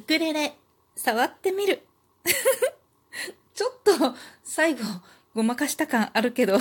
クレレ触ってみるちょっと最後ごまかした感あるけど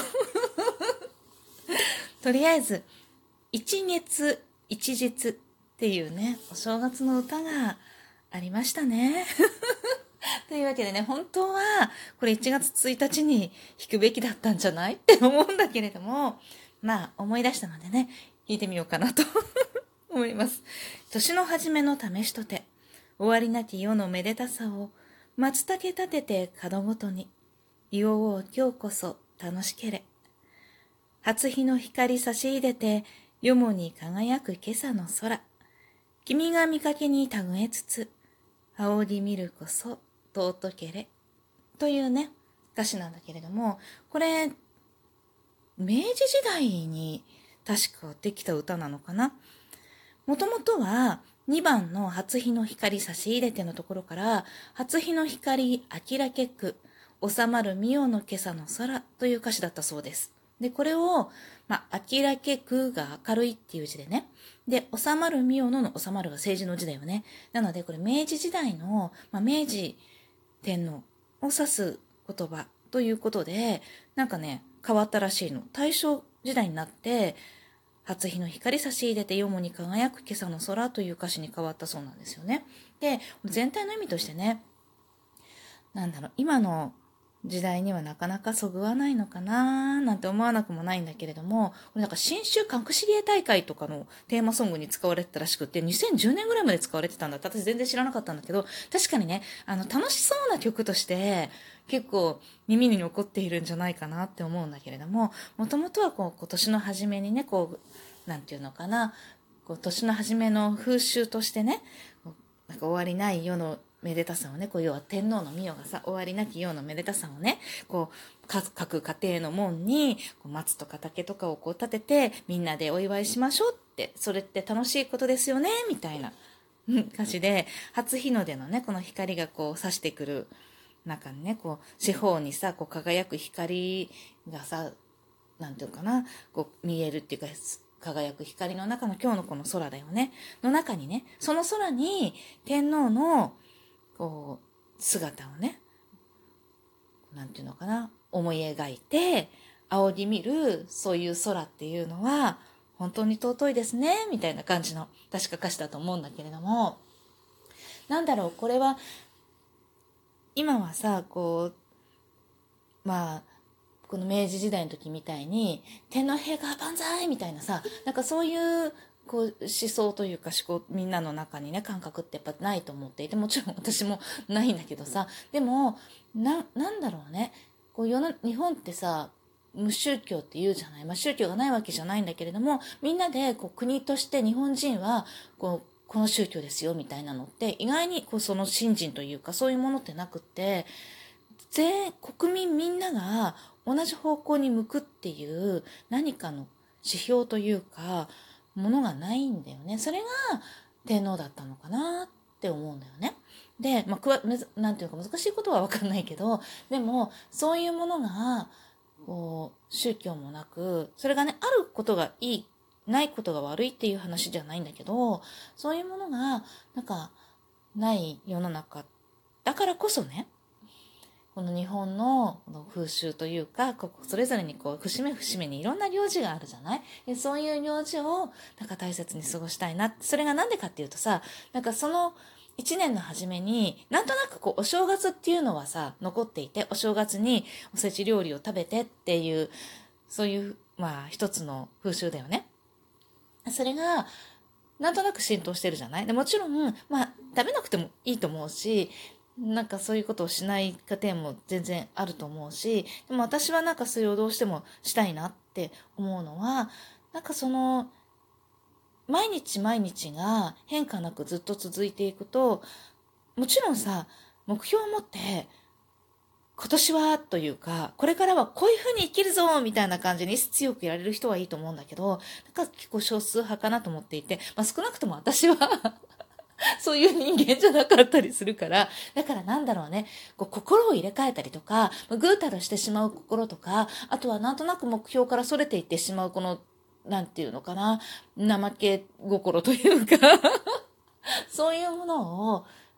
とりあえず一月一日っていうねお正月の歌がありましたねというわけでね、本当はこれ1月1日に弾くべきだったんじゃないって思うんだけれども、まあ思い出したのでね、弾いてみようかなと思います。年の初めの試しとて、終わりなき世のめでたさを松茸立てて角ごとに、祝おう今日こそ楽しけれ。初日の光差し入れて、よもに輝く今朝の空。君が見かけにたぐえつつ、仰ぎ見るこそ尊けれ。というね、歌詞なんだけれども、これ、明治時代に確かできた歌なのかな。もともとは2番の初日の光差し入れてのところから、初日の光明らけく、収まる御代の今朝の空という歌詞だったそうです。で、これを、明らけくが明るいっていう字でね。で、収まる御代の収まるが政治の字だよね。なので、これ明治時代の、明治天皇を指す言葉ということで、なんかね、変わったらしいの。大正時代になって、初日の光差し入れてよもに輝く今朝の空という歌詞に変わったそうなんですよね。で、全体の意味としてね、今の時代にはなかなかそぐわないのかななんて思わなくもないんだけれども、これなんか新州隠し芸大会とかのテーマソングに使われてたらしくって、2010年ぐらいまで使われてたんだって、私全然知らなかったんだけど、確かにね、楽しそうな曲として結構耳に残っているんじゃないかなって思うんだけれども、もともとは今年の初めにね、なんていうのかな、年の初めの風習としてね、なんか終わりない世のめでたさをね、要は天皇の御代がさ、終わりなき世のめでたさをね、各家庭の門に、松とか竹とかを立てて、みんなでお祝いしましょうって、それって楽しいことですよね、みたいな歌詞で、初日の出のね、この光が差してくる中にね、四方にさ、輝く光がさ、なんていうかな、見えるっていうか、輝く光の中の今日のこの空だよね。の中にね、その空に天皇の姿をね、なんていうのかな、思い描いて、仰ぎ見る、そういう空っていうのは、本当に尊いですね、みたいな感じの、確か歌詞だと思うんだけれども、これは、今はさ、この明治時代の時みたいに、天皇陛下万歳みたいなさ、なんかそういう思想というか思考、みんなの中にね、感覚ってやっぱないと思っていて、もちろん私もないんだけどさ、でも、なんだろうね、日本ってさ、無宗教って言うじゃない。宗教がないわけじゃないんだけれども、みんなで国として日本人は、この宗教ですよみたいなのって、意外にその信心というか、そういうものってなくって、国民みんなが同じ方向に向くっていう何かの指標というか、ものがないんだよね。それが天皇だったのかなって思うんだよね。で、なんていうか難しいことは分かんないけど、でもそういうものが宗教もなく、それがね、あることがいい、ないことが悪いっていう話じゃないんだけど、そういうものがなんかない世の中だからこそね、この日本の風習というか、それぞれに節目節目にいろんな行事があるじゃない？でそういう行事をなんか大切に過ごしたいな。それがなんでかっていうとさ、なんかその一年の初めに、なんとなくお正月っていうのはさ、残っていて、お正月におせち料理を食べてっていう、そういう一つの風習だよね。それがなんとなく浸透してるじゃない？でもちろん食べなくてもいいと思うし、なんかそういうことをしない家庭も全然あると思うし、でも私はなんかそれをどうしてもしたいなって思うのは、なんか毎日毎日が変化なくずっと続いていくと、もちろんさ、目標を持って、今年はというか、これからはこういう風に生きるぞみたいな感じに強くやれる人はいいと思うんだけど、なんか結構少数派かなと思っていて、少なくとも私はそういう人間じゃなかったりするから、だから心を入れ替えたりとか、ぐうたらしてしまう心とか、あとはなんとなく目標から逸れていってしまうなんていうのかな、怠け心というかそういうものを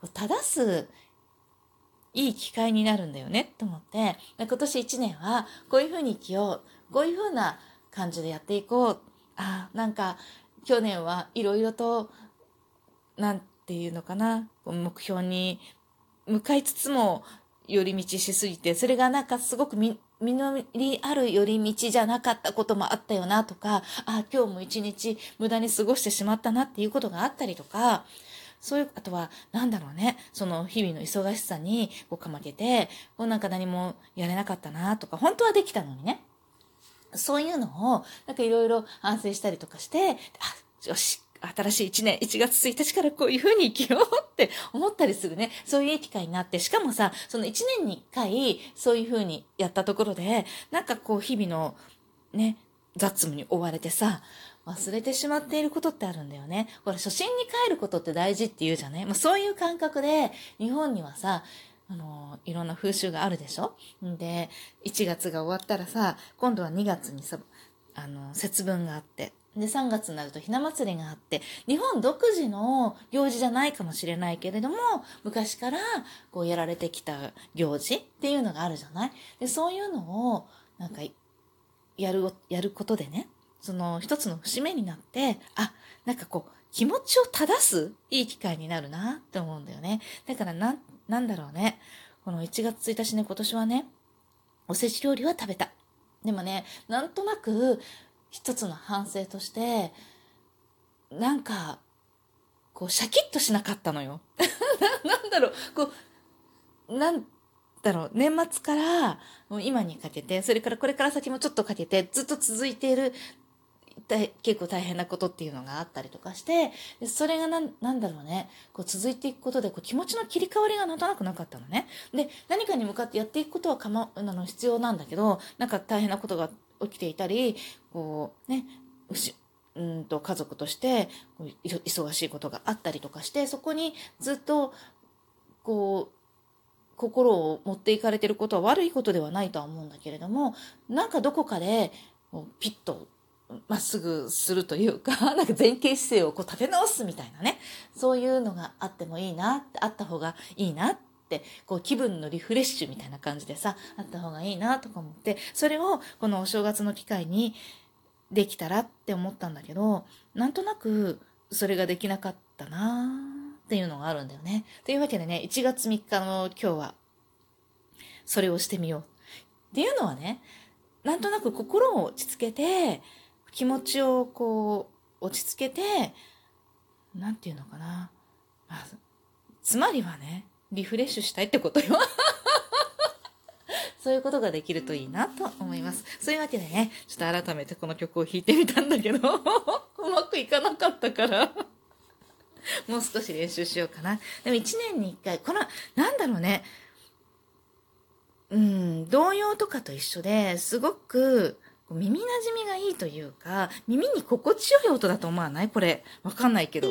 正すいい機会になるんだよねと思って、今年1年はこういうふうに生きよう、こういうふうな感じでやっていこう。なんか去年はいろいろとなんていうのかな、目標に向かいつつも寄り道しすぎて、それがなんかすごく実りある寄り道じゃなかったこともあったよなとか、今日も一日無駄に過ごしてしまったなっていうことがあったりとか、そういう、あとは、なんだろうね、その日々の忙しさにかまけて、なんか何もやれなかったなとか、本当はできたのにね。そういうのを、なんかいろいろ反省したりとかして、よし、新しい1年、1月1日からこういう風に生きようって思ったりするね。そういういい機会になって、しかもさ、その1年に1回、そういう風にやったところで、なんか日々のね、雑務に追われてさ、忘れてしまっていることってあるんだよね。これ初心に帰ることって大事って言うじゃね。そういう感覚で、日本にはさ、いろんな風習があるでしょ。で、1月が終わったらさ、今度は2月にさ、節分があって、で、3月になるとひな祭りがあって、日本独自の行事じゃないかもしれないけれども、昔からやられてきた行事っていうのがあるじゃない。で、そういうのを、なんか、やることでね、その一つの節目になって、なんか気持ちを正すいい機会になるなって思うんだよね。だからなんだろうね。この1月1日ね、今年はね、おせち料理は食べた。でもね、なんとなく一つの反省として、なんか、シャキッとしなかったのよ。なんだろう、年末からもう今にかけて、それからこれから先もちょっとかけてずっと続いている結構大変なことっていうのがあったりとかして、それがなんだろうね、続いていくことで気持ちの切り替わりがなんとなくなかったのね。で、何かに向かってやっていくことは必要なんだけど、なんか大変なことが起きていたり、家族として忙しいことがあったりとかして、そこにずっと心を持っていかれていることは悪いことではないとは思うんだけれども、なんかどこかでピッとまっすぐするというか、なんか前傾姿勢を立て直すみたいなね、そういうのがあってもいいなって、あった方がいいなって、気分のリフレッシュみたいな感じでさ、あった方がいいなとか思って、それをこのお正月の機会にできたらって思ったんだけど、なんとなくそれができなかったなっていうのがあるんだよね。というわけでね、1月3日の今日はそれをしてみようっていうのはね、なんとなく心を落ち着けて、気持ちを落ち着けて、なんていうのかな、つまりはね、リフレッシュしたいってことよ。そういうことができるといいなと思います。そういうわけでね、ちょっと改めてこの曲を弾いてみたんだけど、うまくいかなかったから、もう少し練習しようかな。でも1年に1回、なんだろうね、童謡とかと一緒ですごく耳なじみがいいというか、耳に心地よい音だと思わない？これわかんないけど。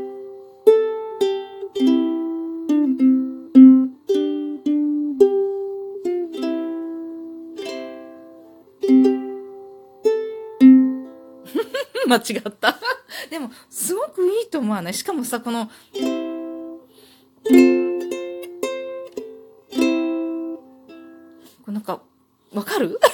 間違った。でもすごくいいと思わない？しかもさ、なんかわかる？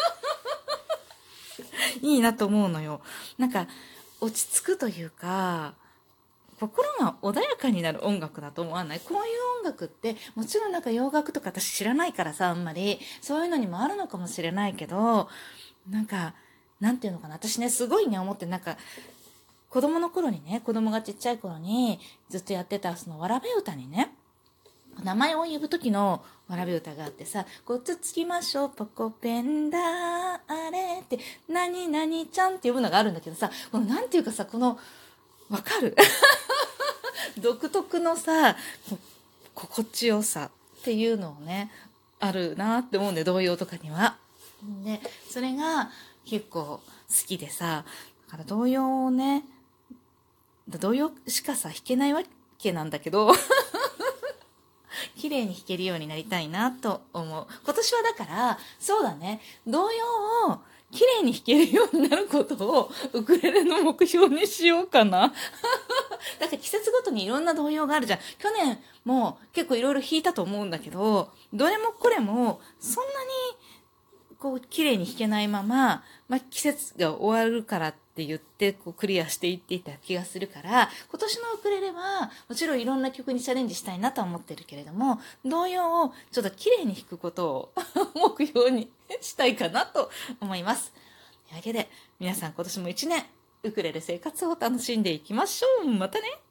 いいなと思うのよ。なんか落ち着くというか、心が穏やかになる音楽だと思わない？こういう音楽ってもちろんなんか洋楽とか私知らないからさ、あんまりそういうのにもあるのかもしれないけど、なんていうのかな、私ねすごいね思って、なんか子供の頃にね、子供がちっちゃい頃にずっとやってたそのわらべ歌にね、名前を呼ぶ時のわらべ歌があってさ、つつきましょうポコペンダーあれって何々ちゃんって呼ぶのがあるんだけどさ、なんていうかさ、わかる？独特のさ、心地よさっていうのをね、あるなって思うんで、童謡とかには。で、それが結構好きでさ、だから童謡をね、童謡しかさ弾けないわけなんだけど綺麗に弾けるようになりたいなと思う。今年はだからそうだね、童謡を綺麗に弾けるようになることをウクレレの目標にしようかなだから季節ごとにいろんな童謡があるじゃん。去年も結構いろいろ弾いたと思うんだけど、どれもこれもそんなにこう綺麗に弾けないまま、季節が終わるからって言ってこうクリアしていっていた気がするから、今年のウクレレはもちろんいろんな曲にチャレンジしたいなとは思ってるけれども、童謡をちょっと綺麗に弾くことを目標にしたいかなと思います。というわけで皆さん今年も1年ウクレレ生活を楽しんでいきましょう。またね。